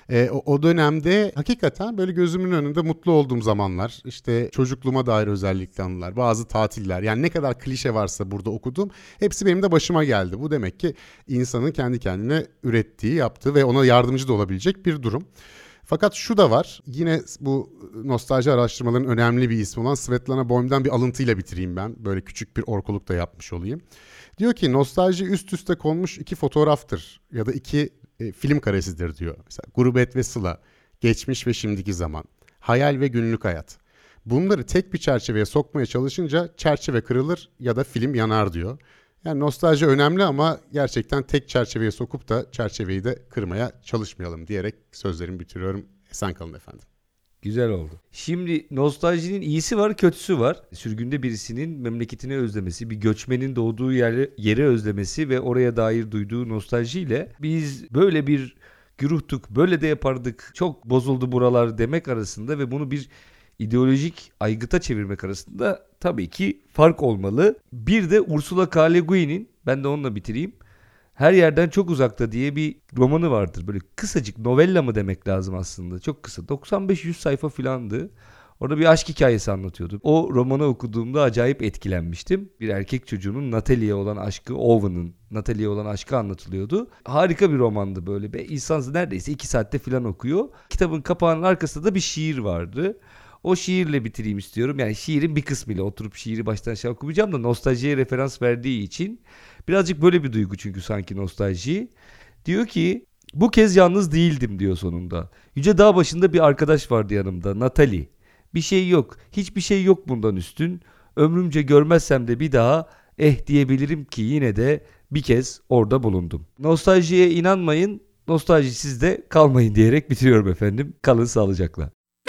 o dönemde hakikaten böyle gözümün önünde mutlu olduğum zamanlar, işte çocukluğuma dair özellikle anılar, bazı tatiller, yani ne kadar klişe varsa burada okuduğum hepsi benim de başıma geldi. Bu demek ki insanın kendi kendine ürettiği, yaptığı ve ona yardımcı da olabilecek bir durum. Fakat şu da var, yine bu nostalji araştırmalarının önemli bir ismi olan Svetlana Boym'dan bir alıntıyla bitireyim ben. Böyle küçük bir orkoluk da yapmış olayım. Diyor ki nostalji üst üste konmuş iki fotoğraftır ya da iki film karesidir diyor. Mesela Gurbet ve Sıla, geçmiş ve şimdiki zaman, hayal ve günlük hayat. Bunları tek bir çerçeveye sokmaya çalışınca çerçeve kırılır ya da film yanar diyor. Yani nostalji önemli ama gerçekten tek çerçeveye sokup da çerçeveyi de kırmaya çalışmayalım diyerek sözlerimi bitiriyorum. Esen kalın efendim. Güzel oldu. Şimdi nostaljinin iyisi var, kötüsü var. Sürgünde birisinin memleketini özlemesi, bir göçmenin doğduğu yeri özlemesi ve oraya dair duyduğu nostaljiyle biz böyle bir güruhtuk, böyle de yapardık, çok bozuldu buralar demek arasında ve bunu bir ideolojik aygıta çevirmek arasında tabii ki fark olmalı. Bir de Ursula K. Le Guin'in, ben de onunla bitireyim, Her Yerden Çok Uzakta diye bir romanı vardır. Böyle kısacık, novella mı demek lazım aslında. Çok kısa. 95-100 sayfa filandı. Orada bir aşk hikayesi anlatıyordu. O romanı okuduğumda acayip etkilenmiştim. Bir erkek çocuğunun Natalie'ye olan aşkı, Owen'ın Natalie'ye olan aşkı anlatılıyordu. Harika bir romandı böyle. Ve insan neredeyse 2 saatte filan okuyor. Kitabın kapağının arkasında da bir şiir vardı. O şiirle bitireyim istiyorum. Yani şiirin bir kısmıyla, oturup şiiri baştan aşağı okumayacağım da nostaljiye referans verdiği için. Birazcık böyle bir duygu çünkü sanki nostalji. Diyor ki, bu kez yalnız değildim diyor sonunda. Yüce dağ başında bir arkadaş vardı yanımda, Natalie. Bir şey yok, hiçbir şey yok bundan üstün. Ömrümce görmezsem de bir daha diyebilirim ki yine de bir kez orada bulundum. Nostaljiye inanmayın, nostaljisiz de kalmayın diyerek bitiriyorum efendim. Kalın sağlıcakla.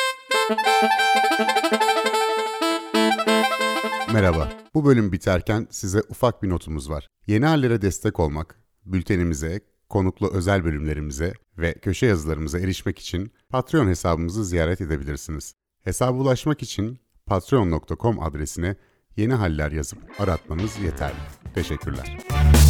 Merhaba. Bu bölüm biterken size ufak bir notumuz var. Yeni hallere destek olmak, bültenimize konuklu özel bölümlerimize ve köşe yazılarımıza erişmek için Patreon hesabımızı ziyaret edebilirsiniz. Hesaba ulaşmak için patreon.com adresine Yeni Haller yazıp aratmanız yeterli. Teşekkürler.